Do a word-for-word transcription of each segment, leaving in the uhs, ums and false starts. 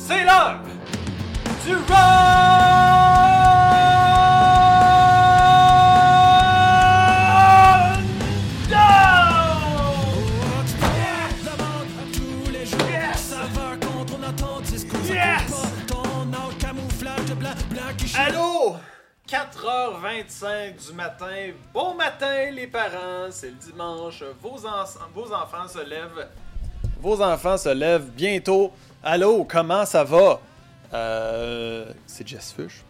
C'est l'heure du Rundown! Yes! Allô? quatre heures vingt-cinq du matin. Bon matin les parents, c'est le dimanche. Vos, en- vos enfants se lèvent. Vos enfants se lèvent bientôt. Allô, comment ça va? Euh, c'est Jess Fuchs.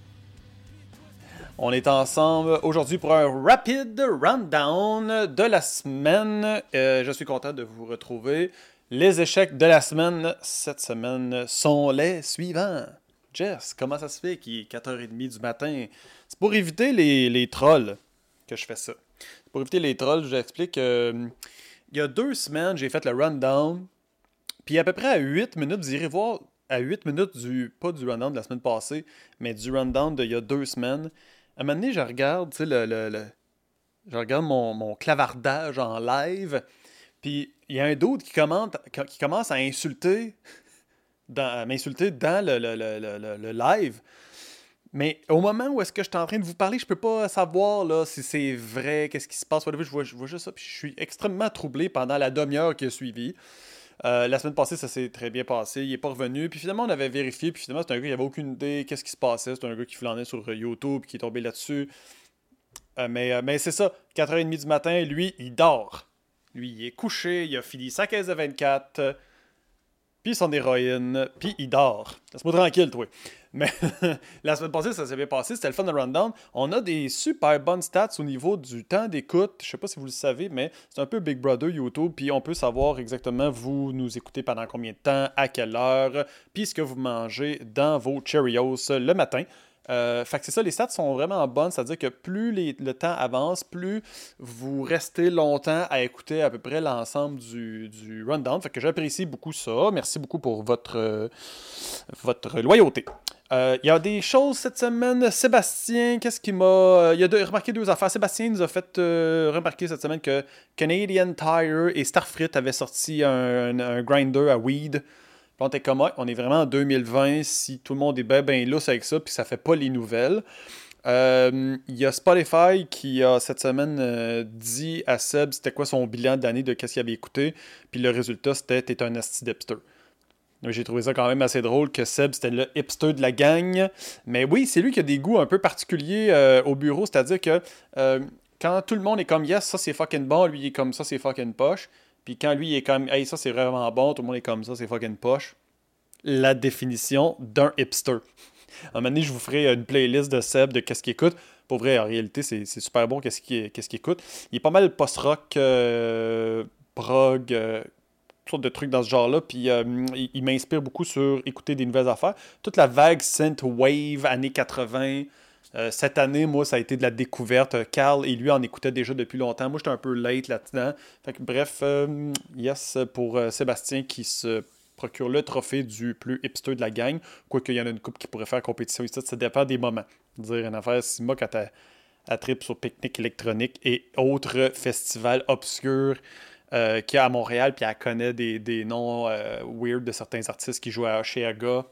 On est ensemble aujourd'hui pour un rapide rundown de la semaine. Euh, je suis content de vous retrouver. Les échecs de la semaine cette semaine sont les suivants. Jess, comment ça se fait qu'il est quatre heures trente du matin? C'est pour éviter les, les trolls que je fais ça. C'est pour éviter les trolls, je vous explique. Euh, il y a deux semaines, j'ai fait le rundown. Puis à peu près à huit minutes, vous irez voir à huit minutes du, pas du rundown de la semaine passée, mais du rundown d'il y a deux semaines. À un moment donné, je regarde, tu sais, le, le, le, je regarde mon, mon clavardage en live. Puis il y a un dude qui, commente, qui commence à insulter, dans, à m'insulter dans le, le, le, le, le live. Mais au moment où est-ce que je suis en train de vous parler, je peux pas savoir là, si c'est vrai, qu'est-ce qui se passe. Je vois, je vois juste ça, puis je suis extrêmement troublé pendant la demi-heure qui a suivi. Euh, la semaine passée, ça s'est très bien passé. Il est pas revenu. Puis finalement, on avait vérifié. Puis finalement, c'est un gars qui avait aucune idée qu'est-ce qui se passait. C'est un gars qui flânait sur YouTube, qui est tombé là-dessus. Euh, mais, euh, mais c'est ça. quatre heures trente du matin, lui, il dort. Lui, il est couché. Il a fini sa caisse de vingt-quatre. Puis son héroïne. Puis il dort. Laisse-moi tranquille, toi. Mais la semaine passée, ça s'est bien passé. C'était le fun de rundown. On a des super bonnes stats au niveau du temps d'écoute. Je sais pas si vous le savez, mais c'est un peu Big Brother YouTube. Puis on peut savoir exactement vous nous écoutez pendant combien de temps, à quelle heure, puis ce que vous mangez dans vos Cheerios le matin. Euh, fait que c'est ça, les stats sont vraiment bonnes, c'est-à-dire que plus les, le temps avance, plus vous restez longtemps à écouter à peu près l'ensemble du, du rundown. Fait que j'apprécie beaucoup ça. Merci beaucoup pour votre, euh, votre loyauté. Il euh, y a des choses cette semaine. Sébastien, qu'est-ce qu'il m'a... Euh, il a deux, remarqué deux affaires. Sébastien nous a fait euh, remarquer cette semaine que Canadian Tire et Starfrit avaient sorti un, un, un grinder à weed. Puis on était comme, ouais, on est vraiment en deux mille vingt, si tout le monde est bien ben lousse avec ça, puis ça fait pas les nouvelles. Il euh, y a Spotify qui a cette semaine euh, dit à Seb c'était quoi son bilan d'année de qu'est-ce qu'il avait écouté, puis le résultat c'était « T'es un asti d'hipster ». J'ai trouvé ça quand même assez drôle que Seb, c'était le hipster de la gang. Mais oui, c'est lui qui a des goûts un peu particuliers euh, au bureau. C'est-à-dire que euh, quand tout le monde est comme « Yes, ça c'est fucking bon », lui il est comme « Ça c'est fucking poche ». Puis quand lui il est comme « Hey, ça c'est vraiment bon », tout le monde est comme « Ça c'est fucking poche ». La définition d'un hipster. À un moment donné, je vous ferai une playlist de Seb de qu'est-ce qu'il écoute. Pour vrai, en réalité, c'est, c'est super bon qu'est-ce qu'il, qu'est-ce qu'il écoute. Il est pas mal post-rock, euh, prog... Euh, sortes de trucs dans ce genre-là, puis euh, il, il m'inspire beaucoup sur écouter des nouvelles affaires. Toute la vague synthwave années quatre-vingts, euh, cette année, moi, ça a été de la découverte. Carl et lui en écoutaient déjà depuis longtemps. Moi, j'étais un peu late là-dedans. Fait que, bref, euh, yes, pour euh, Sébastien qui se procure le trophée du plus hipster de la gang, quoique il y en a une couple qui pourrait faire compétition ici, ça dépend des moments. Dire une affaire, si moi, quand t'as à trip sur pique-nique électronique et autres festivals obscurs Euh, qui est à Montréal, puis elle connaît des, des noms euh, weird de certains artistes qui jouent à Osheaga.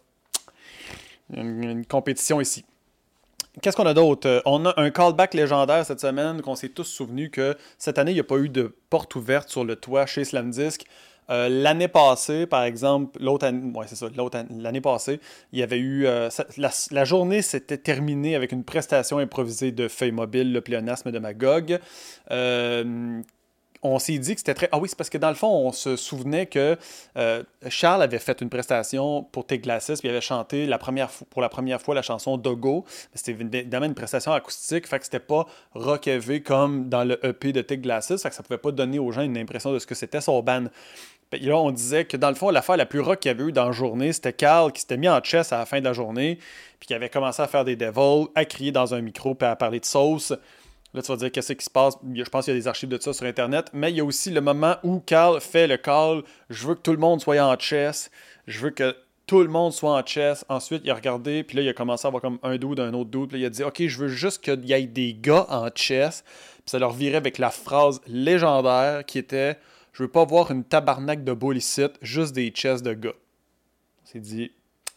Une, une compétition ici. Qu'est-ce qu'on a d'autre? On a un callback légendaire cette semaine qu'on s'est tous souvenus que cette année, il n'y a pas eu de porte ouverte sur le toit chez Slamdisk. Euh, l'année passée, par exemple, l'autre année, ouais, c'est ça, l'autre année, l'année passée, il y avait eu. Euh, la, la journée s'était terminée avec une prestation improvisée de Feuille Mobile, le pléonasme de Magog. Euh, On s'est dit que c'était très... Ah oui, c'est parce que dans le fond, on se souvenait que euh, Charles avait fait une prestation pour Take Glasses, puis il avait chanté la première fo- pour la première fois la chanson Dogo. C'était évidemment une prestation acoustique, fait que c'était pas rock heavy comme dans le E P de Take Glasses, fait que ça pouvait pas donner aux gens une impression de ce que c'était son band. Puis là, on disait que dans le fond, l'affaire la plus rock qu'il y avait eu dans la journée, c'était Carl qui s'était mis en chess à la fin de la journée, puis qui avait commencé à faire des devils, à crier dans un micro, puis à parler de sauce. Là, tu vas dire qu'est-ce qui se passe. Je pense qu'il y a des archives de ça sur Internet. Mais il y a aussi le moment où Carl fait le call. Je veux que tout le monde soit en chess. Je veux que tout le monde soit en chess. Ensuite, il a regardé. Puis là, il a commencé à avoir comme un dude, un autre dude. Puis là, il a dit, OK, je veux juste qu'il y ait des gars en chess. Puis ça leur virait avec la phrase légendaire qui était, je veux pas voir une tabarnak de bull ici, juste des chess de gars. On s'est dit,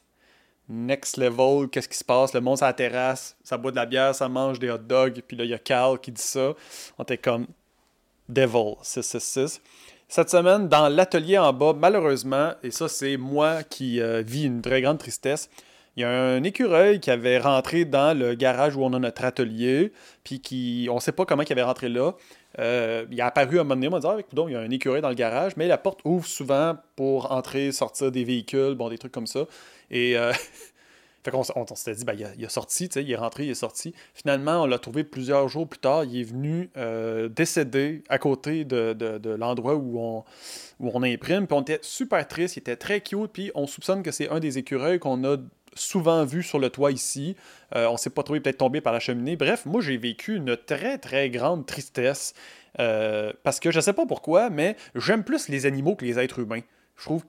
next level, qu'est-ce qui se passe? Le monde sur la terrasse, ça boit de la bière, ça mange des hot dogs, puis là, il y a Cal qui dit ça. On était comme Devil six six six. Cette semaine, dans l'atelier en bas, malheureusement, et ça, c'est moi qui euh, vis une très grande tristesse, il y a un écureuil qui avait rentré dans le garage où on a notre atelier, puis qui, on ne sait pas comment il avait rentré là. Euh, il a apparu à un moment donné, on m'a dit « Ah, écoute, il y a un écureuil dans le garage », mais la porte ouvre souvent pour entrer, sortir des véhicules, bon, des trucs comme ça. Et euh, fait qu'on on, on s'était dit, ben, il, a, il a sorti, tu sais, il est rentré, il est sorti. Finalement, on l'a trouvé plusieurs jours plus tard. Il est venu euh, décéder à côté de, de, de l'endroit où on, où on imprime. Puis on était super triste, il était très cute. Puis on soupçonne que c'est un des écureuils qu'on a souvent vu sur le toit ici. Euh, on ne sait pas trop, il est peut-être tombé par la cheminée. Bref, moi, j'ai vécu une très, très grande tristesse. Euh, parce que je ne sais pas pourquoi, mais j'aime plus les animaux que les êtres humains. Je trouve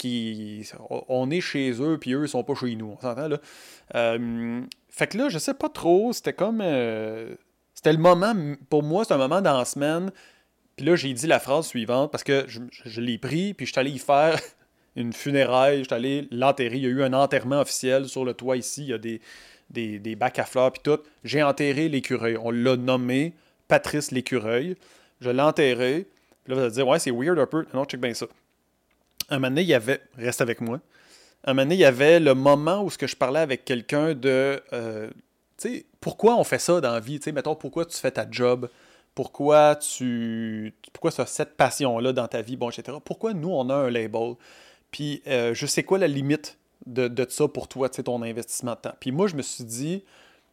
qu'on est chez eux, puis eux, ils sont pas chez nous. On s'entend, là? Euh, fait que là, je sais pas trop. C'était comme... Euh, c'était le moment... Pour moi, c'est un moment dans la semaine. Puis là, j'ai dit la phrase suivante, parce que je, je, je l'ai pris, puis je suis allé y faire une funéraille. Je suis allé l'enterrer. Il y a eu un enterrement officiel sur le toit ici. Il y a des, des, des bacs à fleurs, puis tout. J'ai enterré l'écureuil. On l'a nommé Patrice l'écureuil. Je l'ai enterré. Puis là, vous allez dire, ouais, c'est weird un peu. Non, check bien ça. Un moment donné, il y avait... Reste avec moi. Un moment donné, il y avait le moment où ce que je parlais avec quelqu'un de... Euh, tu sais, pourquoi on fait ça dans la vie? Tu sais, mettons, pourquoi tu fais ta job? Pourquoi tu... Pourquoi tu as cette passion-là dans ta vie? Bon, et cetera. Pourquoi nous, on a un label? Puis, euh, je sais quoi la limite de, de ça pour toi, tu sais, ton investissement de temps? Puis moi, je me suis dit...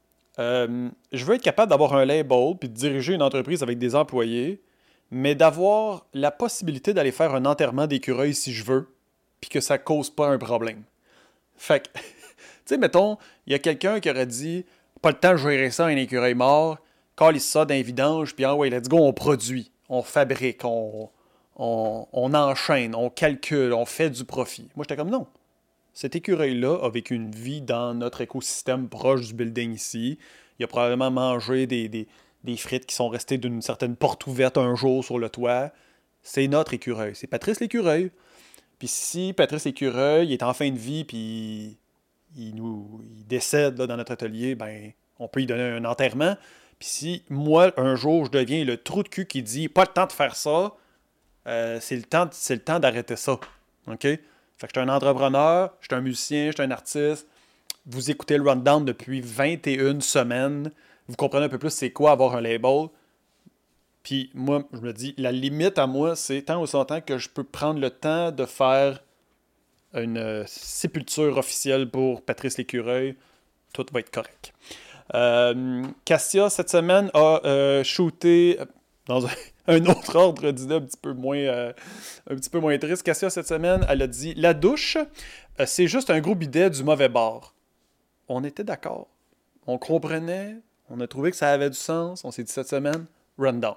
Euh, je veux être capable d'avoir un label puis de diriger une entreprise avec des employés, mais d'avoir la possibilité d'aller faire un enterrement d'écureuil si je veux, puis que ça cause pas un problème. Fait que, tu sais, mettons, il y a quelqu'un qui aurait dit « Pas le temps de gérer ça, un écureuil mort, calisse ça d'un vidange, puis ah ouais, let's go, on produit, on fabrique, on, on, on enchaîne, on calcule, on fait du profit. » Moi, j'étais comme « Non. Cet écureuil-là a vécu une vie dans notre écosystème proche du building ici. Il a probablement mangé des, des, des frites qui sont restées d'une certaine porte ouverte un jour sur le toit. C'est notre écureuil. C'est Patrice l'écureuil. Puis si Patrice l'écureuil est en fin de vie puis il nous il décède là, dans notre atelier, ben on peut lui donner un enterrement. Puis si moi, un jour, je deviens le trou de cul qui dit « Pas le temps de faire ça euh, », c'est le temps, c'est le temps d'arrêter ça. OK? Fait que je suis un entrepreneur, je suis un musicien, je suis un artiste. Vous écoutez le Rundown depuis vingt et une semaines. Vous comprenez un peu plus c'est quoi avoir un label. Puis moi, je me dis, la limite à moi, c'est tant aussi longtemps que je peux prendre le temps de faire une euh, sépulture officielle pour Patrice l'écureuil. Tout va être correct. Euh, Cassia, cette semaine, a euh, shooté dans un, un autre ordre d'idée un petit peu moins euh, un petit peu moins triste. Cassia, cette semaine, elle a dit « La douche, euh, c'est juste un gros bidet du mauvais bord. » On était d'accord. On comprenait. On a trouvé que ça avait du sens. On s'est dit cette semaine, rundown.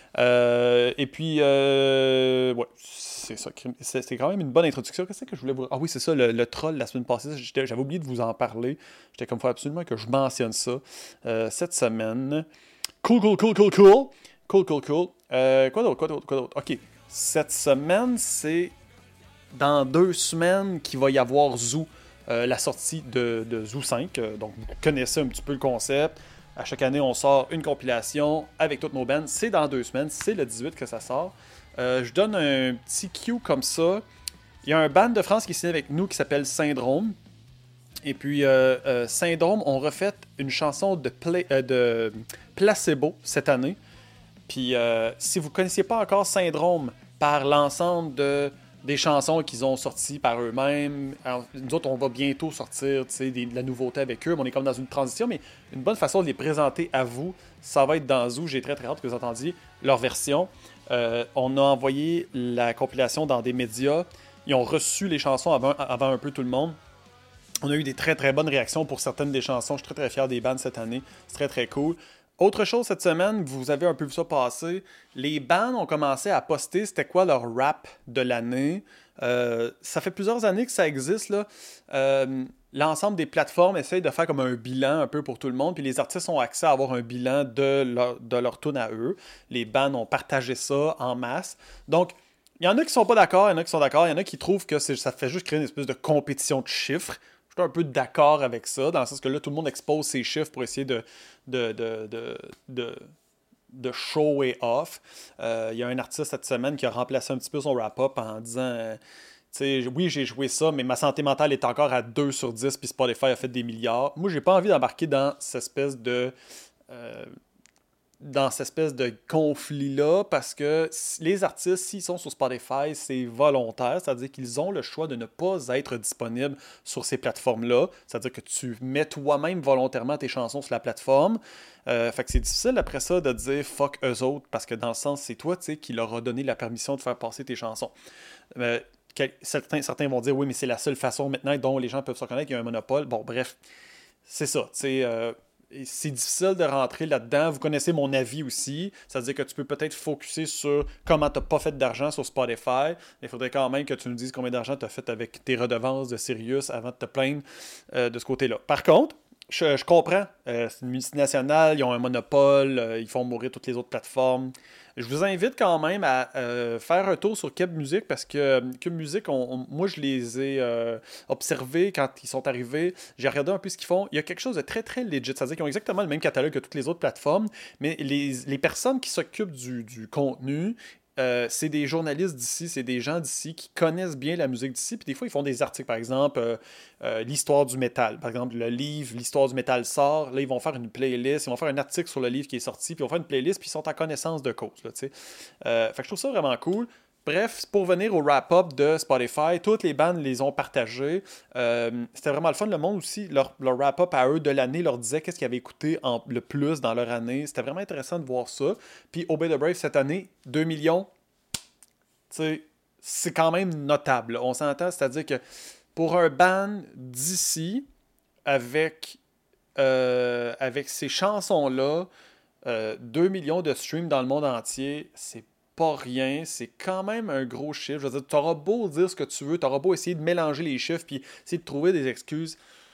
Euh, et puis, euh, ouais, c'est ça. C'était quand même une bonne introduction. Qu'est-ce que je voulais vous... Ah oui, c'est ça, le, le troll la semaine passée. J'avais oublié de vous en parler. J'étais comme, il faut absolument que je mentionne ça euh, cette semaine. Cool, cool, cool, cool, cool. Cool, cool, cool. Euh, quoi d'autre, quoi d'autre, quoi d'autre? OK. Cette semaine, c'est dans deux semaines qu'il va y avoir Zoo. Euh, la sortie de, de Zoo cinq. Euh, donc, vous connaissez un petit peu le concept. À chaque année, on sort une compilation avec toutes nos bands. C'est dans deux semaines. C'est le dix-huit que ça sort. Euh, je donne un petit cue comme ça. Il y a un band de France qui est signé avec nous qui s'appelle Syndrome. Et puis, euh, euh, Syndrome ont refait une chanson de, play, euh, de Placebo cette année. Puis, euh, si vous ne connaissiez pas encore Syndrome par l'ensemble de... des chansons qu'ils ont sorties par eux-mêmes. Alors, nous autres, on va bientôt sortir des, de la nouveauté avec eux. On est comme dans une transition, mais une bonne façon de les présenter à vous, ça va être dans Zoo. J'ai très très hâte que vous entendiez leur version. Euh, on a envoyé la compilation dans des médias. Ils ont reçu les chansons avant, avant un peu tout le monde. On a eu des très très bonnes réactions pour certaines des chansons. Je suis très très fier des bands cette année. C'est très très cool. Autre chose cette semaine, vous avez un peu vu ça passer, les bands ont commencé à poster c'était quoi leur rap de l'année. Euh, ça fait plusieurs années que ça existe, là. Euh, l'ensemble des plateformes essayent de faire comme un bilan un peu pour tout le monde, puis les artistes ont accès à avoir un bilan de leur, de leur tune à eux. Les bands ont partagé ça en masse. Donc, il y en a qui sont pas d'accord, il y en a qui sont d'accord, il y en a qui trouvent que c'est, ça fait juste créer une espèce de compétition de chiffres. suis un peu d'accord avec ça, dans le sens que là, tout le monde expose ses chiffres pour essayer de, de, de, de, de, de show et off. Il euh, y a un artiste cette semaine qui a remplacé un petit peu son wrap-up en disant... Euh, T'sais, oui, j'ai joué ça, mais ma santé mentale est encore à deux sur dix, puis Spotify a fait des milliards. Moi, j'ai pas envie d'embarquer dans cette espèce de... Euh, dans cette espèce de conflit-là, parce que les artistes, s'ils sont sur Spotify, c'est volontaire, c'est-à-dire qu'ils ont le choix de ne pas être disponibles sur ces plateformes-là, c'est-à-dire que tu mets toi-même volontairement tes chansons sur la plateforme. Euh, fait que c'est difficile après ça de dire « fuck eux autres », parce que dans le sens, c'est toi, tu sais, qui leur a donné la permission de faire passer tes chansons. Euh, Certains, certains vont dire oui, mais c'est la seule façon maintenant dont les gens peuvent se reconnaître qu'il y a un monopole. Bon, bref, c'est ça. Euh, c'est difficile de rentrer là-dedans. Vous connaissez mon avis aussi. Ça veut dire que tu peux peut-être focuser sur comment tu n'as pas fait d'argent sur Spotify. Il faudrait quand même que tu nous dises combien d'argent tu as fait avec tes redevances de Sirius avant de te plaindre euh, de ce côté-là. Par contre, je, je comprends. Euh, c'est une multinationale, ils ont un monopole, euh, ils font mourir toutes les autres plateformes. Je vous invite quand même à euh, faire un tour sur Cube Music parce que Cube Music, on, on, moi je les ai euh, observés quand ils sont arrivés. J'ai regardé un peu ce qu'ils font. Il y a quelque chose de très très legit. C'est-à-dire qu'ils ont exactement le même catalogue que toutes les autres plateformes, mais les, les personnes qui s'occupent du, du contenu, Euh, c'est des journalistes d'ici, c'est des gens d'ici qui connaissent bien la musique d'ici. Puis des fois, ils font des articles, par exemple, euh, euh, l'histoire du métal. Par exemple, le livre L'histoire du métal sort. Là, ils vont faire une playlist, ils vont faire un article sur le livre qui est sorti, puis ils vont faire une playlist, puis ils sont en connaissance de cause. Là, euh, fait que je trouve ça vraiment cool. Bref, pour venir au wrap-up de Spotify, toutes les bandes les ont partagées. Euh, c'était vraiment le fun. Le monde aussi, leur, leur wrap-up à eux de l'année leur disait qu'est-ce qu'ils avaient écouté en, le plus dans leur année. C'était vraiment intéressant de voir ça. Puis Obey the Brave, cette année, deux millions, c'est quand même notable. On s'entend, c'est-à-dire que pour un band d'ici, avec, euh, avec ces chansons-là, euh, deux millions de streams dans le monde entier, c'est pas rien, c'est quand même un gros chiffre. Je veux dire, tu auras beau dire ce que tu veux, tu auras beau essayer de mélanger les chiffres puis essayer de trouver des excuses.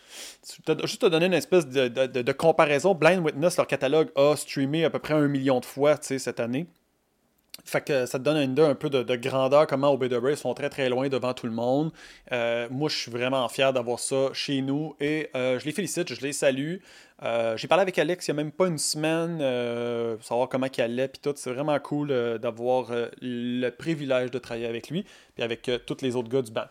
Juste te donner une espèce de, de, de, de comparaison, Blind Witness, leur catalogue a streamé à peu près un million de fois cette année. Fait que ça te donne une idée un peu de, de grandeur, comment Obey the Brave sont très très loin devant tout le monde. Euh, moi, je suis vraiment fier d'avoir ça chez nous et euh, je les félicite, je les salue. Euh, j'ai parlé avec Alex il n'y a même pas une semaine euh, pour savoir comment il allait puis tout. C'est vraiment cool euh, d'avoir euh, le privilège de travailler avec lui puis avec euh, tous les autres gars du band.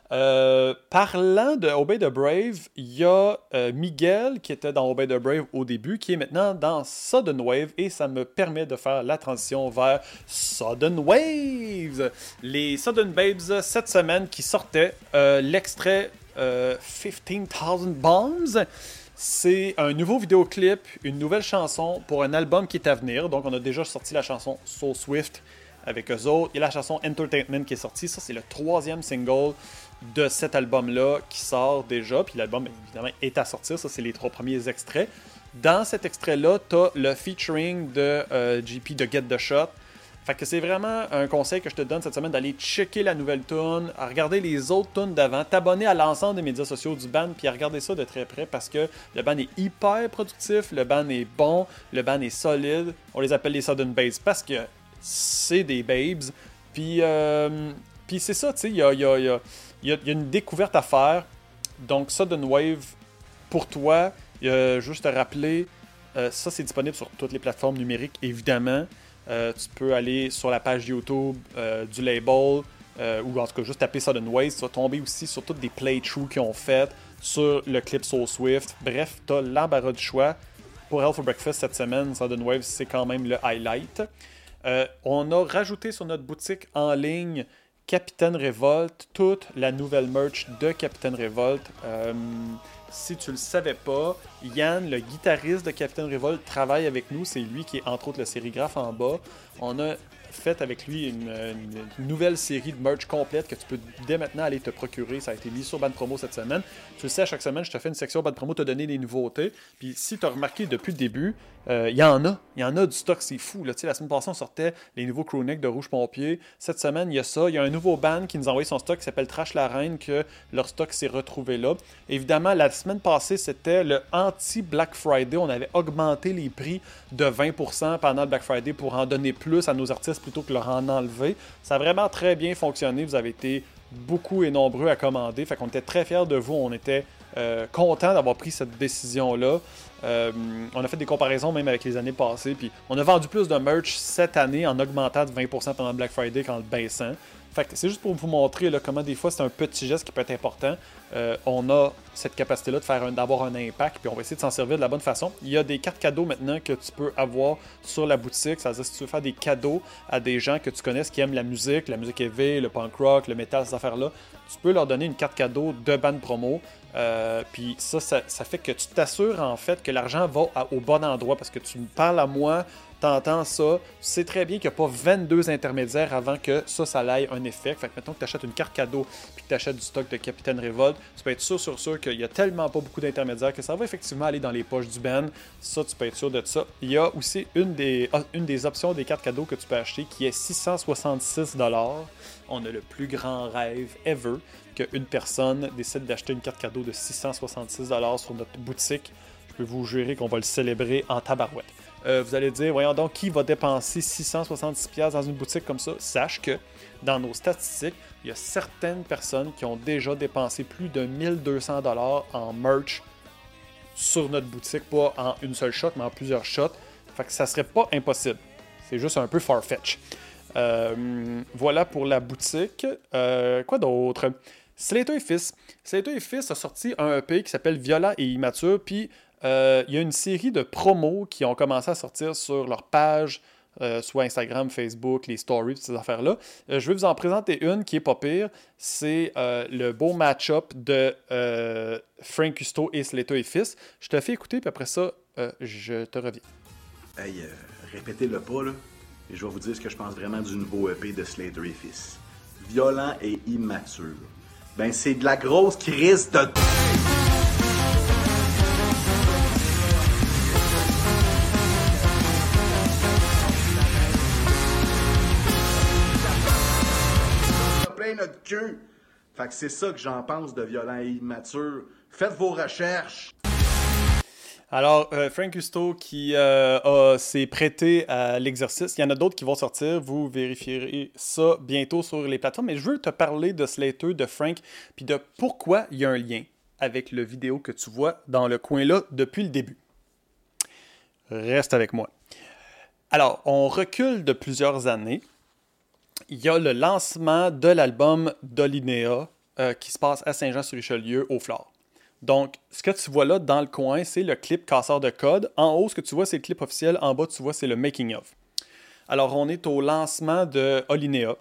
Euh, parlant de Obey the Brave, il y a euh, Miguel qui était dans Obey the Brave au début, qui est maintenant dans Sudden Wave, et ça me permet de faire la transition vers Sudden Waves. Les Sudden Babes, cette semaine, qui sortait euh, l'extrait euh, fifteen thousand Bombs. C'est un nouveau vidéoclip, une nouvelle chanson pour un album qui est à venir. Donc, on a déjà sorti la chanson So Swift avec eux autres. Il y a la chanson Entertainment qui est sortie. Ça, c'est le troisième single de cet album-là qui sort déjà. Puis l'album, évidemment, est à sortir. Ça, c'est les trois premiers extraits. Dans cet extrait-là, tu as le featuring de euh, J P de Get the Shot. Fait que c'est vraiment un conseil que je te donne cette semaine d'aller checker la nouvelle tune, à regarder les autres tunes d'avant, t'abonner à l'ensemble des médias sociaux du band, puis à regarder ça de très près parce que le band est hyper productif, le band est bon, le band est solide. On les appelle les Sudden Babes parce que c'est des babes. Puis, euh, puis c'est ça, tu sais, il y a, y, a, y, a, y a une découverte à faire. Donc, Sudden Wave, pour toi, euh, juste te rappeler, euh, ça c'est disponible sur toutes les plateformes numériques, évidemment. Euh, tu peux aller sur la page YouTube euh, du label, euh, ou en tout cas juste taper Sudden Wave. Tu vas tomber aussi sur toutes des playthroughs qu'ils ont fait sur le clip So Swift. Bref, tu as l'embarras du choix. Pour Hell for Breakfast cette semaine, Sudden Wave, c'est quand même le highlight. Euh, on a rajouté sur notre boutique en ligne Capitaine Révolte, toute la nouvelle merch de Capitaine Révolte. Euh, si tu le savais pas, Yann, le guitariste de Capitaine Révolte, travaille avec nous. C'est lui qui est entre autres le sérigraphe en bas. On a fait avec lui une, une nouvelle série de merch complète que tu peux dès maintenant aller te procurer. Ça a été mis sur Band Promo cette semaine. Tu le sais, à chaque semaine, je te fais une section Band Promo, te donner des nouveautés. Puis si tu as remarqué depuis le début, il euh, y en a. Il y en a du stock, c'est fou. Là. La semaine passée, on sortait les nouveaux crewnecks de Rouge Pompier. Cette semaine, il y a ça. Il y a un nouveau band qui nous a envoyé son stock qui s'appelle Trash la Reine, que leur stock s'est retrouvé là. Évidemment, la semaine passée, c'était le anti-Black Friday. On avait augmenté les prix de vingt pour cent pendant le Black Friday pour en donner plus à nos artistes plutôt que leur en enlever. Ça a vraiment très bien fonctionné. Vous avez été beaucoup et nombreux à commander. Fait qu'on était très fiers de vous. On était euh, content d'avoir pris cette décision-là. Euh, on a fait des comparaisons même avec les années passées, puis on a vendu plus de merch cette année en augmentant de vingt pour cent pendant Black Friday qu'en le baissant. Fait que c'est juste pour vous montrer là, comment des fois c'est un petit geste qui peut être important. Euh, on a cette capacité-là de faire un, d'avoir un impact, puis on va essayer de s'en servir de la bonne façon. Il y a des cartes cadeaux maintenant que tu peux avoir sur la boutique. Ça veut dire si tu veux faire des cadeaux à des gens que tu connais, qui aiment la musique, la musique heavy, le punk rock, le metal, ces affaires-là, tu peux leur donner une carte cadeau de bande promo. Euh, puis ça, ça, ça fait que tu t'assures en fait que l'argent va à, au bon endroit parce que tu me parles à moi, t'entends ça, tu sais très bien qu'il n'y a pas vingt-deux intermédiaires avant que ça, ça aille un effet. Fait que mettons que tu achètes une carte cadeau puis que tu achètes du stock de Capitaine Révolte, tu peux être sûr, sûr, sûr qu'il n'y a tellement pas beaucoup d'intermédiaires que ça va effectivement aller dans les poches du band. Ça, tu peux être sûr de ça. Il y a aussi une des, une des options des cartes cadeaux que tu peux acheter qui est six cent soixante-six dollars. On a le plus grand rêve ever qu'une personne décide d'acheter une carte cadeau de six cent soixante-six dollars sur notre boutique. Je peux vous jurer qu'on va le célébrer en tabarouette. Euh, vous allez dire, voyons donc, qui va dépenser six cent soixante-six dollars dans une boutique comme ça? Sache que dans nos statistiques, il y a certaines personnes qui ont déjà dépensé plus de mille deux cents dollars en merch sur notre boutique, pas en une seule shot, mais en plusieurs shots. Fait que ça serait pas impossible. C'est juste un peu far-fetch. Euh, voilà pour la boutique. Euh, quoi d'autre? Slater et Fils. Slater et Fils a sorti un E P qui s'appelle Violent et Immature, puis euh, il y a une série de promos qui ont commencé à sortir sur leur page, euh, soit Instagram, Facebook, les stories, ces affaires-là. Euh, je vais vous en présenter une qui est pas pire. C'est euh, le beau match-up de euh, Frank Custo et Slater et Fils. Je te fais écouter, puis après ça, euh, je te reviens. Hey, euh, répétez-le pas, là. Et je vais vous dire ce que je pense vraiment du nouveau E P de Slater et Fils. Violent et immature. Ben, c'est de la grosse crise de... plein notre queue. Fait que c'est ça que j'en pense de Violent et immature. Faites vos recherches. Alors, euh, Frank Custo qui euh, a, s'est prêté à l'exercice. Il y en a d'autres qui vont sortir. Vous vérifierez ça bientôt sur les plateformes. Mais je veux te parler de Slater, de Frank, puis de pourquoi il y a un lien avec le vidéo que tu vois dans le coin là depuis le début. Reste avec moi. Alors, on recule de plusieurs années. Il y a le lancement de l'album d'Olinéa euh, qui se passe à Saint-Jean-sur-Richelieu, au Flore. Donc, ce que tu vois là dans le coin, c'est le clip Casseur de code. En haut, ce que tu vois, c'est le clip officiel. En bas, tu vois, c'est le making of. Alors, on est au lancement de Olinéa,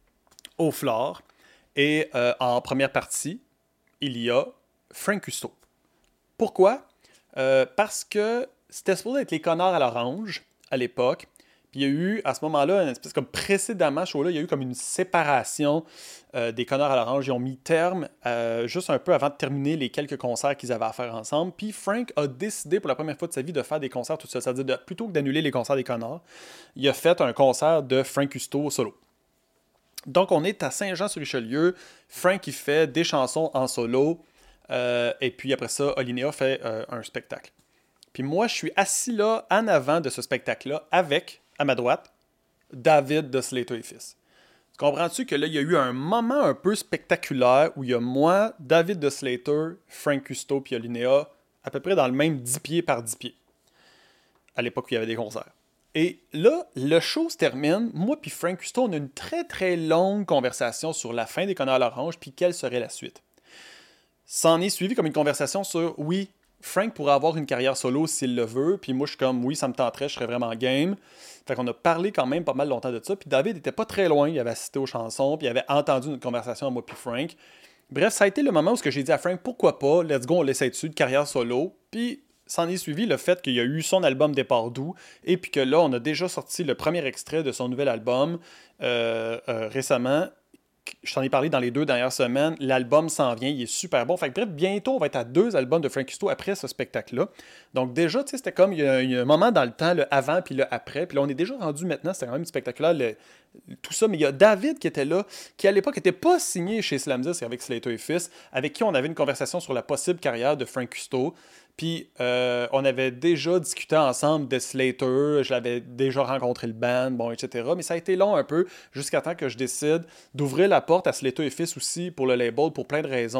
au Flore. Et euh, en première partie, il y a Frank Custo. Pourquoi? Euh, parce que c'était supposé être les connards à l'orange à l'époque. Puis il y a eu, à ce moment-là, une espèce comme précédemment, ce show-là, il y a eu comme une séparation euh, des connards à l'orange. Ils ont mis terme euh, juste un peu avant de terminer les quelques concerts qu'ils avaient à faire ensemble. Puis Frank a décidé pour la première fois de sa vie de faire des concerts tout seul. C'est-à-dire, de, plutôt que d'annuler les concerts des connards, il a fait un concert de Frank Custo solo. Donc on est à Saint-Jean-sur-Richelieu. Frank, il fait des chansons en solo. Euh, et puis après ça, Olinéa fait euh, un spectacle. Puis moi, je suis assis là, en avant de ce spectacle-là, avec, à ma droite, David de Slater et Fils. Tu comprends-tu que là, il y a eu un moment un peu spectaculaire où il y a moi, David de Slater, Frank Custo puis Olinéa, à peu près dans le même dix pieds par dix pieds, à l'époque où il y avait des concerts. Et là, le show se termine. Moi puis Frank Custo, on a une très très longue conversation sur la fin des Connards à l'orange puis quelle serait la suite. S'en est suivi comme une conversation sur, oui, Frank pourrait avoir une carrière solo s'il le veut, puis moi je suis comme, oui, ça me tenterait, je serais vraiment game. Fait qu'on a parlé quand même pas mal longtemps de ça, puis David était pas très loin, il avait assisté aux chansons, puis il avait entendu notre conversation à moi puis Frank. Bref, ça a été le moment où j'ai dit à Frank, pourquoi pas, let's go, on l'essaie dessus, de carrière solo, puis s'en est suivi le fait qu'il y a eu son album Départ doux, et puis que là, on a déjà sorti le premier extrait de son nouvel album euh, euh, récemment. Je t'en ai parlé dans les deux dernières semaines. L'album s'en vient, il est super bon. Fait que bref, bientôt, on va être à deux albums de Frank Custo après ce spectacle-là. Donc déjà, tu sais, c'était comme, il y, a, il y a un moment dans le temps, le avant puis le après. Puis là, on est déjà rendu maintenant, c'était quand même spectaculaire, le, tout ça. Mais il y a David qui était là, qui à l'époque n'était pas signé chez Slamdis avec Slater et Fils, avec qui on avait une conversation sur la possible carrière de Frank Custo. Puis euh, on avait déjà discuté ensemble de Slater, je l'avais déjà rencontré le band, bon, et cetera. Mais ça a été long un peu, jusqu'à temps que je décide d'ouvrir la porte à Slater et Fils aussi pour le label, pour plein de raisons.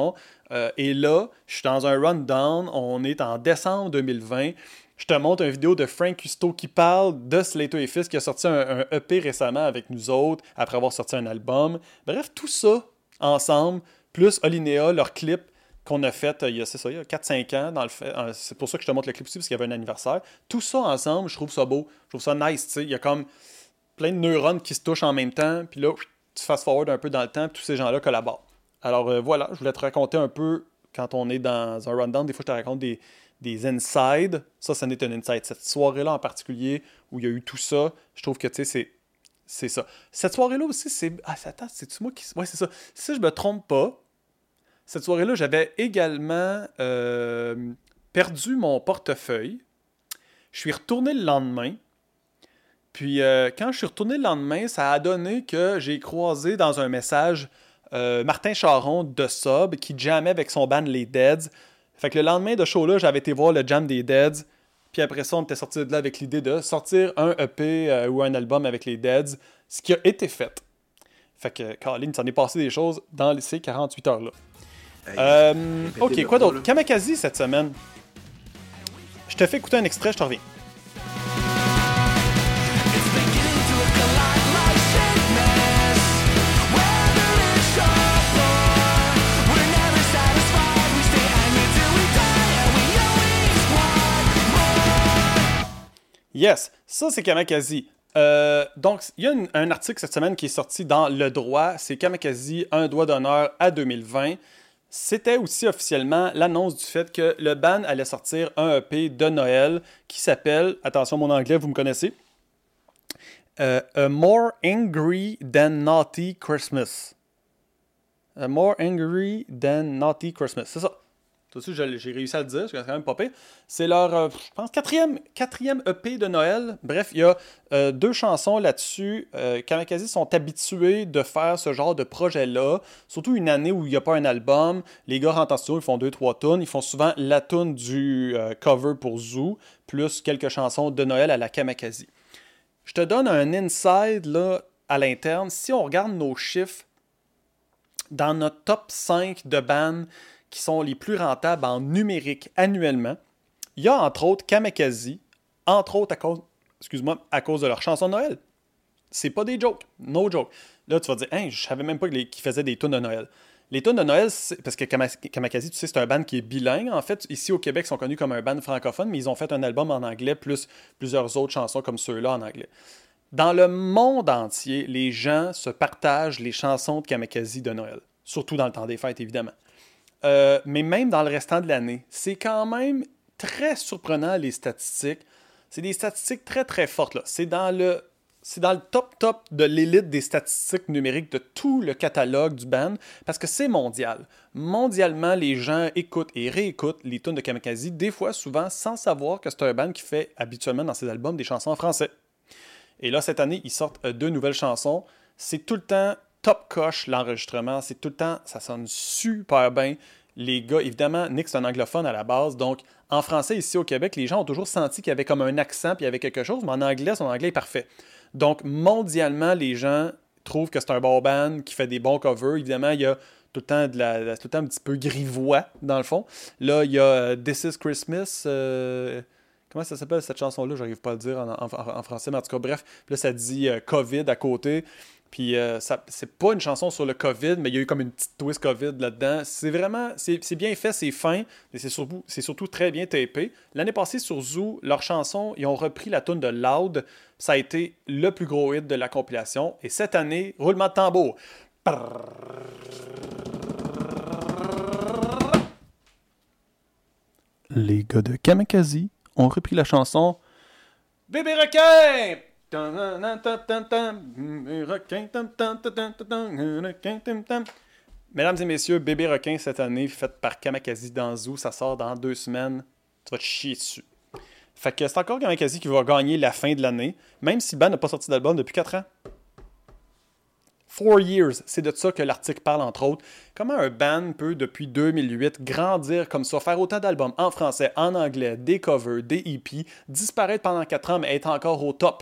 Euh, et là, je suis dans un rundown. On est en décembre deux mille vingt. Je te montre une vidéo de Frank Custo qui parle de Slater et Fist, qui a sorti un, un E P récemment avec nous autres, après avoir sorti un album. Bref, tout ça ensemble, plus Olinéa, leur clip qu'on a fait il y a, c'est ça, il y a quatre cinq ans. Dans le fait, c'est pour ça que je te montre le clip aussi, parce qu'il y avait un anniversaire. Tout ça ensemble, je trouve ça beau. Je trouve ça nice, tu sais. Il y a comme plein de neurones qui se touchent en même temps, puis là, tu fast-forward un peu dans le temps, puis tous ces gens-là collaborent. Alors euh, voilà, je voulais te raconter un peu, quand on est dans un rundown, des fois je te raconte des, des insides. Ça, ça n'est un inside. Cette soirée-là en particulier, où il y a eu tout ça, je trouve que, tu sais, c'est, c'est ça. Cette soirée-là aussi, c'est... Ah, attends, c'est-tu moi qui... Ouais, c'est ça. Si je me trompe pas, cette soirée-là, j'avais également euh, perdu mon portefeuille. Je suis retourné le lendemain. Puis, euh, quand je suis retourné le lendemain, ça a donné que j'ai croisé dans un message euh, Martin Charon de Sub qui jammait avec son band Les Deads. Fait que le lendemain de show-là, j'avais été voir le jam des Deads. Puis après ça, on était sorti de là avec l'idée de sortir un E P euh, ou un album avec les Deads, ce qui a été fait. Fait que, Caroline, ça en est passé des choses dans ces quarante-huit heures-là. Hey, euh, ok, quoi d'autre? Kamakazi cette semaine. Je te fais écouter un extrait, je te reviens. Yes, ça c'est Kamakazi. Euh, donc, il y a une, un article cette semaine qui est sorti dans Le Droit. C'est Kamakazi, un doigt d'honneur à deux mille vingt. C'était aussi officiellement l'annonce du fait que le band allait sortir un E P de Noël qui s'appelle, attention mon anglais, vous me connaissez, euh, A More Angry Than Naughty Christmas. A More Angry Than Naughty Christmas, c'est ça. Tout de suite, j'ai réussi à le dire, c'est quand même pas pire. C'est leur, euh, je pense, quatrième, quatrième E P de Noël. Bref, il y a euh, deux chansons là-dessus. Euh, Kamakazi sont habitués de faire ce genre de projet-là. Surtout une année où il n'y a pas un album. Les gars rentrent en studio, ils font deux, trois tunes. Ils font souvent la tune du euh, cover pour Zoo, plus quelques chansons de Noël à la Kamakazi. Je te donne un inside là, à l'interne. Si on regarde nos chiffres, dans notre top cinq de bands qui sont les plus rentables en numérique annuellement, il y a entre autres Kamakazi, entre autres à cause, excuse-moi, à cause de leur chanson de Noël. C'est pas des jokes, no joke. Là, tu vas dire, hein, je savais même pas qu'ils faisaient des tunes de Noël. Les tunes de Noël, c'est, parce que Kamakazi, tu sais, c'est un band qui est bilingue. En fait, ici au Québec, ils sont connus comme un band francophone, mais ils ont fait un album en anglais, plus plusieurs autres chansons comme ceux-là en anglais. Dans le monde entier, les gens se partagent les chansons de Kamakazi de Noël. Surtout dans le temps des fêtes, évidemment. Euh, mais même dans le restant de l'année, c'est quand même très surprenant les statistiques. C'est des statistiques très très fortes, là. C'est dans le, c'est dans le top top de l'élite des statistiques numériques de tout le catalogue du band, parce que c'est mondial. Mondialement, les gens écoutent et réécoutent les tunes de Kamakazi, des fois, souvent, sans savoir que c'est un band qui fait habituellement dans ses albums des chansons en français. Et là, cette année, ils sortent euh, deux nouvelles chansons. C'est tout le temps top coche l'enregistrement, c'est tout le temps, ça sonne super bien. Les gars, évidemment, Nick c'est un anglophone à la base, donc en français ici au Québec, les gens ont toujours senti qu'il y avait comme un accent puis il y avait quelque chose, mais en anglais, son anglais est parfait. Donc mondialement, les gens trouvent que c'est un bon band qui fait des bons covers. Évidemment, il y a tout le temps, de la, tout le temps un petit peu grivois dans le fond. Là, il y a uh, This is Christmas. Euh... Comment ça s'appelle cette chanson-là? J'arrive pas à le dire en, en, en français, mais en tout cas, bref. Là, ça dit euh, COVID à côté. Puis, euh, ça, c'est pas une chanson sur le COVID, mais il y a eu comme une petite twist COVID là-dedans. C'est vraiment, c'est, c'est bien fait, c'est fin, mais c'est surtout, c'est surtout très bien tapé. L'année passée, sur Zoo, leur chanson, ils ont repris la tune de Loud. Ça a été le plus gros hit de la compilation. Et cette année, roulement de tambour. Les gars de Kamakazi ont repris la chanson Bébé requin! Mesdames et messieurs, Bébé requin cette année, faite par Kamakazi dans Zoo, ça sort dans deux semaines. Tu vas te chier dessus. Fait que c'est encore Kamakazi qui va gagner la fin de l'année, même si le band n'a pas sorti d'album depuis quatre ans. Four years, c'est de ça que l'article parle, entre autres. Comment un band peut, depuis deux mille huit, grandir comme ça, faire autant d'albums en français, en anglais, des covers, des E P, disparaître pendant quatre ans, mais être encore au top.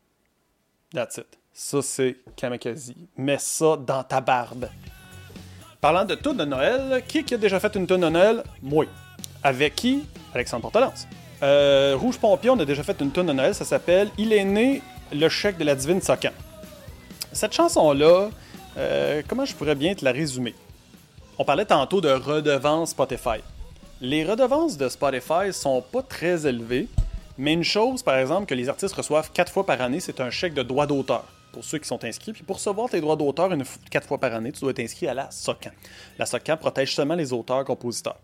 That's it. Ça, c'est Kamakazi. Mets ça dans ta barbe. Parlant de tune de Noël, qui, qui a déjà fait une tune de Noël? Moi. Avec qui? Alexandre Portelance. Euh, Rouge Pompier, on a déjà fait une tune de Noël, ça s'appelle « Il est né le chèque de la divine Socan ». Cette chanson-là, euh, comment je pourrais bien te la résumer? On parlait tantôt de redevances Spotify. Les redevances de Spotify sont pas très élevées, mais une chose, par exemple, que les artistes reçoivent quatre fois par année, c'est un chèque de droits d'auteur. Pour ceux qui sont inscrits. Puis pour recevoir tes droits d'auteur une f- quatre fois par année, tu dois être inscrit à la Socan. La Socan protège seulement les auteurs-compositeurs.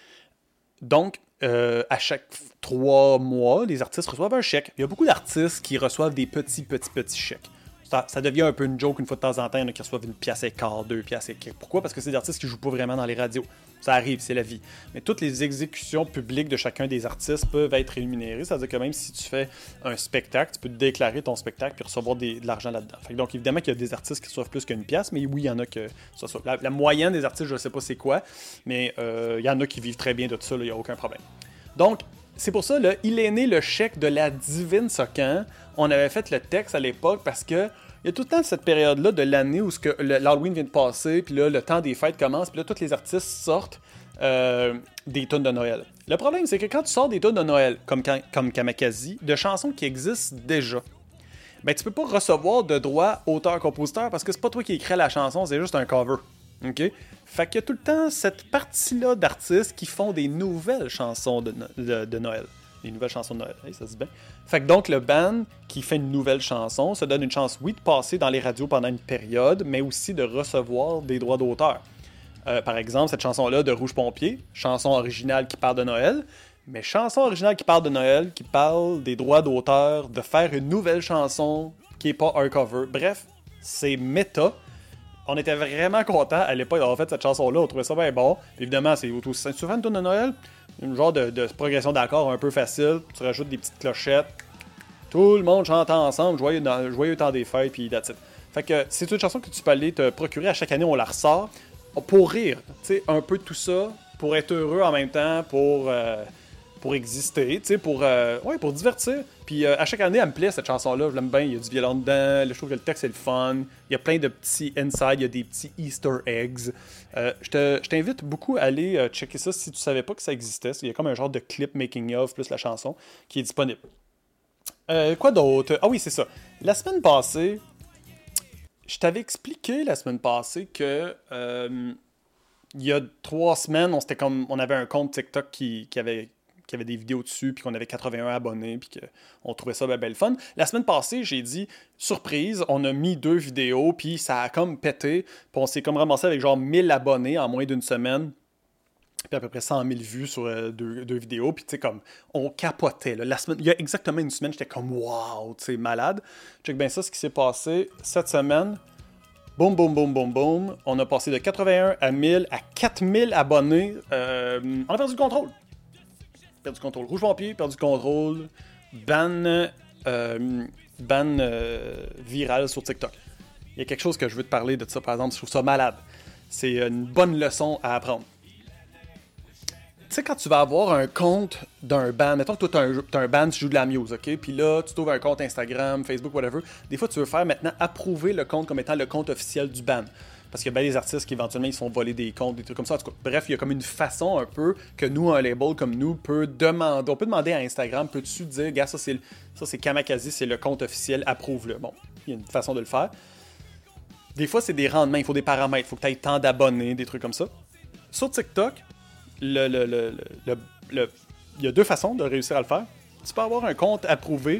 Donc, euh, à chaque f- trois mois, les artistes reçoivent un chèque. Il y a beaucoup d'artistes qui reçoivent des petits, petits, petits chèques. Ça, ça devient un peu une joke une fois de temps en temps. Il y en a qui reçoivent une pièce et quart, deux pièces et quelques. Pourquoi? Parce que c'est des artistes qui ne jouent pas vraiment dans les radios. Ça arrive, c'est la vie. Mais toutes les exécutions publiques de chacun des artistes peuvent être rémunérées. C'est-à-dire que même si tu fais un spectacle, tu peux déclarer ton spectacle et recevoir des, de l'argent là-dedans. Fait que donc, évidemment qu'il y a des artistes qui reçoivent plus qu'une pièce, mais oui, il y en a que ça soit. La, la moyenne des artistes, je ne sais pas c'est quoi, mais euh, il y en a qui vivent très bien de tout ça, il n'y a aucun problème. Donc, c'est pour ça, là, il est né le chèque de la divine Socan. On avait fait le texte à l'époque parce que il y a tout le temps cette période-là de l'année où ce que le, l'Halloween vient de passer, puis là, le temps des fêtes commence, puis là, tous les artistes sortent euh, des tunes de Noël. Le problème, c'est que quand tu sors des tunes de Noël, comme, comme Kamakazi, de chansons qui existent déjà, ben tu peux pas recevoir de droit auteur-compositeur parce que c'est pas toi qui écris la chanson, c'est juste un cover. OK? Fait qu'il y a tout le temps cette partie-là d'artistes qui font des nouvelles chansons de, no- de, de Noël. Des nouvelles chansons de Noël. Hey, ça se dit bien. Fait que donc, le band qui fait une nouvelle chanson se donne une chance, oui, de passer dans les radios pendant une période, mais aussi de recevoir des droits d'auteur. Euh, par exemple, cette chanson-là de Rouge Pompier, chanson originale qui parle de Noël, mais chanson originale qui parle de Noël, qui parle des droits d'auteur, de faire une nouvelle chanson qui n'est pas un cover. Bref, c'est méta. On était vraiment contents à l'époque d'avoir fait cette chanson-là, on trouvait ça bien bon. Évidemment, c'est aussi souvent une tune de Noël, une genre de, de progression d'accords un peu facile, tu rajoutes des petites clochettes, tout le monde chante ensemble, joyeux, dans, joyeux temps des fêtes, puis that's it. Fait que c'est une chanson que tu peux aller te procurer, à chaque année on la ressort, pour rire, tu sais, un peu de tout ça, pour être heureux en même temps, pour... Euh, pour exister, tu sais, pour, euh, ouais, pour divertir. Puis euh, à chaque année, elle me plaît, cette chanson-là. Je l'aime bien. Il y a du violon dedans. Je trouve que le texte, c'est le fun. Il y a plein de petits inside. Il y a des petits Easter eggs. Euh, je, te, je t'invite beaucoup à aller euh, checker ça si tu savais pas que ça existait. Il y a comme un genre de clip making-of plus la chanson qui est disponible. Euh, quoi d'autre? Ah oui, c'est ça. La semaine passée, je t'avais expliqué la semaine passée que... Euh, il y a trois semaines, on, s'était comme, on avait un compte TikTok qui, qui avait... qui avait des vidéos dessus, puis qu'on avait quatre-vingt-un abonnés, puis qu'on trouvait ça ben, ben le fun. La semaine passée, j'ai dit, surprise, on a mis deux vidéos, puis ça a comme pété, puis on s'est comme ramassé avec genre mille abonnés en moins d'une semaine, puis à peu près cent mille vues sur euh, deux, deux vidéos, puis tu sais, comme, on capotait, là. La semaine, il y a exactement une semaine, j'étais comme, wow, tu sais, malade. Check bien ça, ce qui s'est passé cette semaine. Boum, boum, boum, boum, boum. On a passé de quatre-vingt-un à mille à quatre mille abonnés. Euh, on a perdu le contrôle. Perdu contrôle. Rouge Pompier, perdu contrôle. Ban, euh, ban euh, viral sur TikTok. Il y a quelque chose que je veux te parler de ça, par exemple. Je trouve ça malade. C'est une bonne leçon à apprendre. Tu sais, quand tu vas avoir un compte d'un band, mettons que toi, tu as un, t'as un band, tu joues de la muse, OK? Puis là, tu trouves un compte Instagram, Facebook, whatever. Des fois, tu veux faire maintenant approuver le compte comme étant le compte officiel du band. Parce qu'il y a bien des artistes qui, éventuellement, ils se font voler des comptes, des trucs comme ça. En tout cas, bref, il y a comme une façon un peu que nous, un label comme nous, peut demander. On peut demander à Instagram, peux-tu dire, gars, ça c'est, ça c'est Kamakazi, c'est le compte officiel, approuve-le. Bon, il y a une façon de le faire. Des fois, c'est des rendements, il faut des paramètres, il faut que tu aies tant d'abonnés, des trucs comme ça. Sur TikTok, le, le, le, le, le, le, il y a deux façons de réussir à le faire. Tu peux avoir un compte approuvé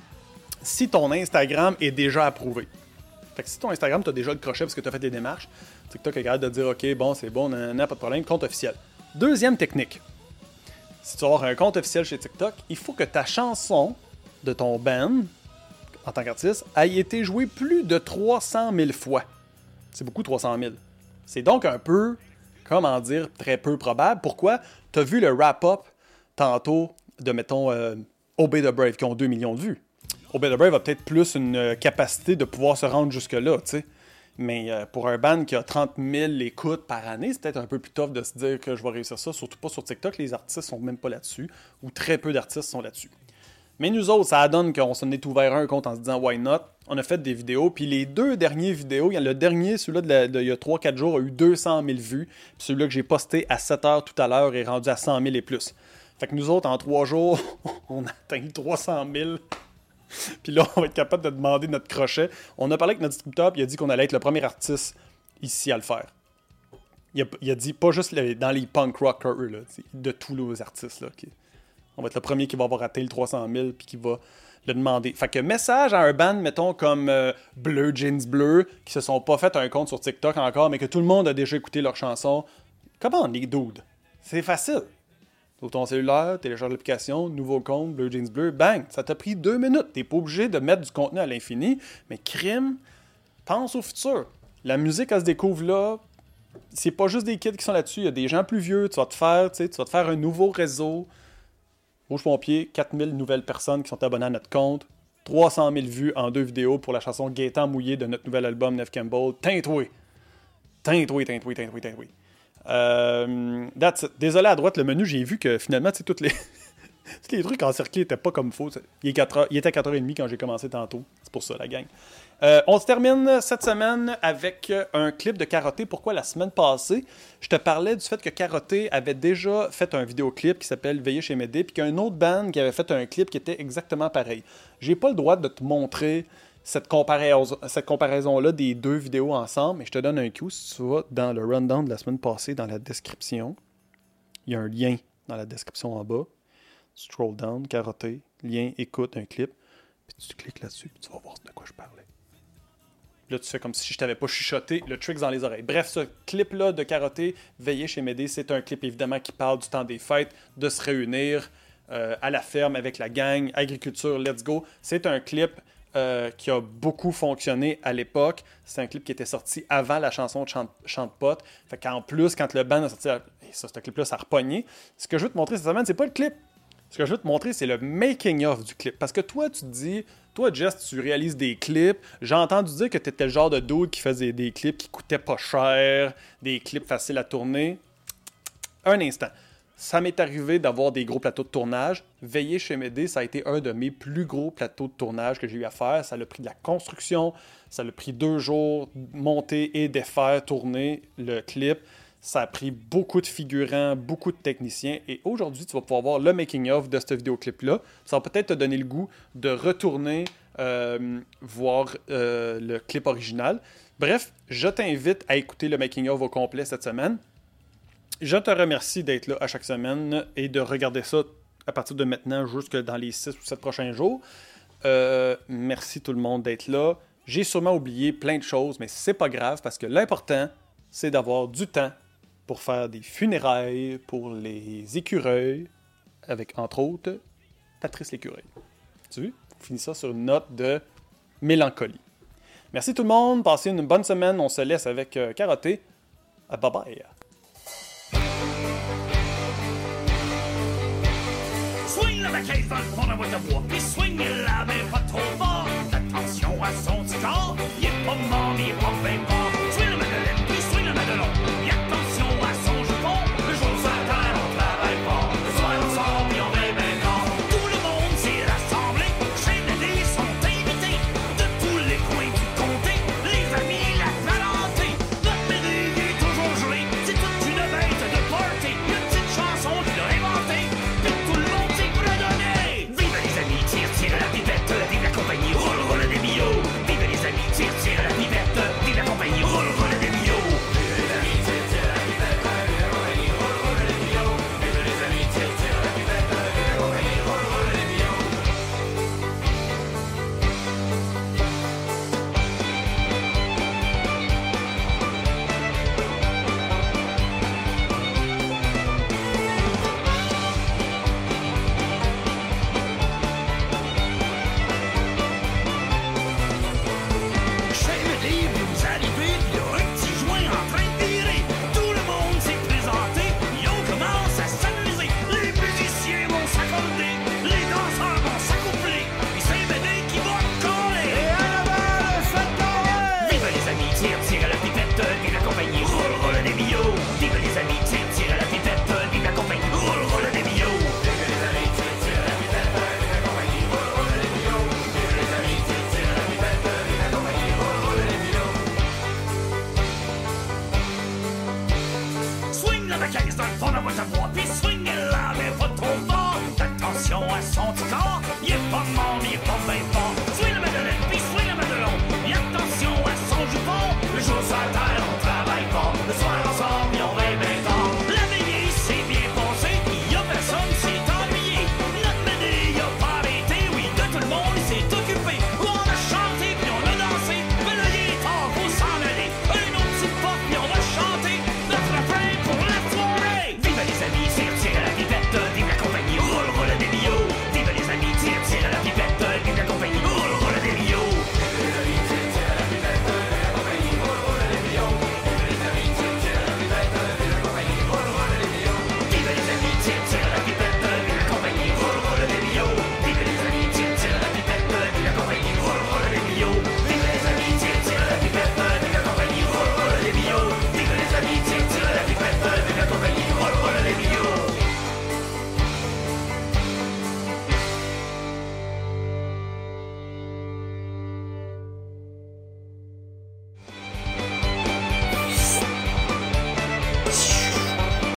si ton Instagram est déjà approuvé. Fait que si ton Instagram, tu as déjà le crochet parce que tu as fait des démarches, TikTok est capable de dire « Ok, bon, c'est bon, nanana, pas de problème, compte officiel. » Deuxième technique. Si tu veux avoir un compte officiel chez TikTok, il faut que ta chanson de ton band, en tant qu'artiste, ait été jouée plus de trois cent mille fois. C'est beaucoup, trois cent mille. C'est donc un peu, comment dire, très peu probable. Pourquoi? Tu as vu le wrap-up tantôt de, mettons, euh, Obey the Brave, qui ont deux millions de vues. Obey the Brave a peut-être plus une euh, capacité de pouvoir se rendre jusque-là, tu sais. Mais euh, pour un band qui a trente mille écoutes par année, c'est peut-être un peu plus tough de se dire que je vais réussir ça, surtout pas sur TikTok. Les artistes sont même pas là-dessus, ou très peu d'artistes sont là-dessus. Mais nous autres, ça donne qu'on s'en est ouvert un compte en se disant « Why not? » On a fait des vidéos, puis les deux dernières vidéos, le dernier, celui-là de, la, de il y a trois quatre jours, a eu deux cent mille vues. Puis celui-là que j'ai posté à sept heures tout à l'heure est rendu à cent mille et plus. Fait que nous autres, en trois jours, on a atteint trois cent mille. Puis là, on va être capable de demander notre crochet. On a parlé avec notre distributeur, puis il a dit qu'on allait être le premier artiste ici à le faire. Il a, il a dit, pas juste les, dans les punk rockers, là, de tous les artistes. Là, qui, on va être le premier qui va avoir raté le trois cent mille, puis qui va le demander. Fait que message à un band, mettons, comme euh, Bleu, Jeans Bleu, qui se sont pas fait un compte sur TikTok encore, mais que tout le monde a déjà écouté leur chanson. Comment on est, dude? C'est facile. Sur ton cellulaire, télécharge l'application, nouveau compte, Bleu, Jeans Bleu, bang! Ça t'a pris deux minutes. T'es pas obligé de mettre du contenu à l'infini, mais crime, pense au futur. La musique, elle se découvre là. C'est pas juste des kids qui sont là-dessus. Il y a des gens plus vieux. Tu vas te faire, tu sais, tu vas te faire un nouveau réseau. Rouge Pompier, quatre mille nouvelles personnes qui sont abonnées à notre compte. trois cent mille vues en deux vidéos pour la chanson Gaétan Mouillé de notre nouvel album Neve Campbell. Tintoué. Tintoué, tintoué, tintoué, tintoué. Euh, that's it. Désolé, à droite, le menu, j'ai vu que finalement, tu sais, toutes les... tous les trucs encerclés n'étaient pas comme il faut. Il, est quatre heures, il était quatre heures trente quand j'ai commencé tantôt. C'est pour ça, la gang. Euh, on se termine cette semaine avec un clip de Karaté. Pourquoi la semaine passée, je te parlais du fait que Karaté avait déjà fait un vidéoclip qui s'appelle Veiller chez Médée, puis qu'il y a une autre band qui avait fait un clip qui était exactement pareil. J'ai pas le droit de te montrer cette, comparaison, cette comparaison-là des deux vidéos ensemble, mais je te donne un coup. Si tu vas dans le rundown de la semaine passée, dans la description, il y a un lien dans la description en bas. Scroll down, Karaté, lien, écoute, un clip, puis tu cliques là-dessus, puis tu vas voir de quoi je parlais. Là, tu fais comme si je t'avais pas chuchoté le tricks dans les oreilles. Bref, ce clip-là de Karaté, Veiller chez Médée, c'est un clip évidemment qui parle du temps des fêtes, de se réunir euh, à la ferme avec la gang, agriculture, let's go. C'est un clip euh, qui a beaucoup fonctionné à l'époque. C'est un clip qui était sorti avant la chanson de Chante, Chante Pote. Fait qu'en plus, quand le band a sorti ça, ce clip-là, ça a repogné. Ce que je veux te montrer cette semaine, c'est pas le clip. Ce que je veux te montrer, c'est le making-of du clip. Parce que toi, tu te dis, toi, Jess, tu réalises des clips. J'ai entendu dire que tu étais le genre de dude qui faisait des clips qui coûtaient pas cher, des clips faciles à tourner. Un instant. Ça m'est arrivé d'avoir des gros plateaux de tournage. Veiller chez Médée, ça a été un de mes plus gros plateaux de tournage que j'ai eu à faire. Ça a pris de la construction. Ça a pris deux jours, monter et défaire, tourner le clip. Ça a pris beaucoup de figurants, beaucoup de techniciens. Et aujourd'hui, tu vas pouvoir voir le making-of de ce vidéoclip-là. Ça va peut-être te donner le goût de retourner euh, voir euh, le clip original. Bref, je t'invite à écouter le making-of au complet cette semaine. Je te remercie d'être là à chaque semaine et de regarder ça à partir de maintenant jusque dans les six ou sept prochains jours. Euh, merci tout le monde d'être là. J'ai sûrement oublié plein de choses, mais c'est pas grave parce que l'important, c'est d'avoir du temps pour faire des funérailles pour les écureuils, avec, entre autres, Patrice l'écureuil. Tu vois? On finit ça sur une note de mélancolie. Merci tout le monde, passez une bonne semaine. On se laisse avec euh, Karaté. Bye bye. Swing la caisse dans le fond d'un boîte de bois, puis swing la mais pas trop fort. Attention à son petit corps, il est pas mort, il est